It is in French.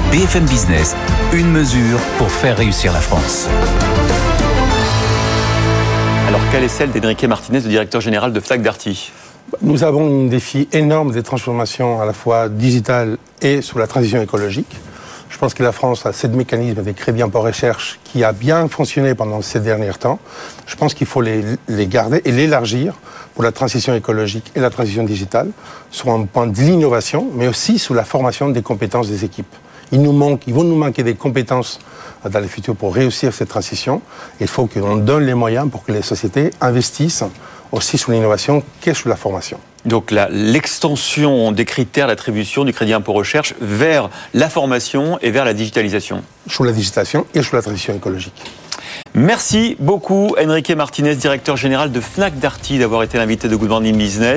BFM Business, une mesure pour faire réussir la France. Alors, quelle est celle d'Enrique Martinez, le directeur général de Fnac Darty ? Nous avons un défi énorme des transformations à la fois digitales et sur la transition écologique. Je pense que la France a 7 mécanismes des crédits impôt recherche qui a bien fonctionné pendant ces derniers temps. Je pense qu'il faut les garder et l'élargir pour la transition écologique et la transition digitale sur un point de l'innovation, mais aussi sur la formation des compétences des équipes. Ils vont nous manquer des compétences dans le futur pour réussir cette transition. Il faut qu'on donne les moyens pour que les sociétés investissent aussi sur l'innovation qu'est sur la formation. Donc l'extension des critères d'attribution du crédit impôt recherche vers la formation et vers la digitalisation. Sur la digitalisation et sur la transition écologique. Merci beaucoup Enrique Martinez, directeur général de Fnac Darty, d'avoir été l'invité de Good Morning Business.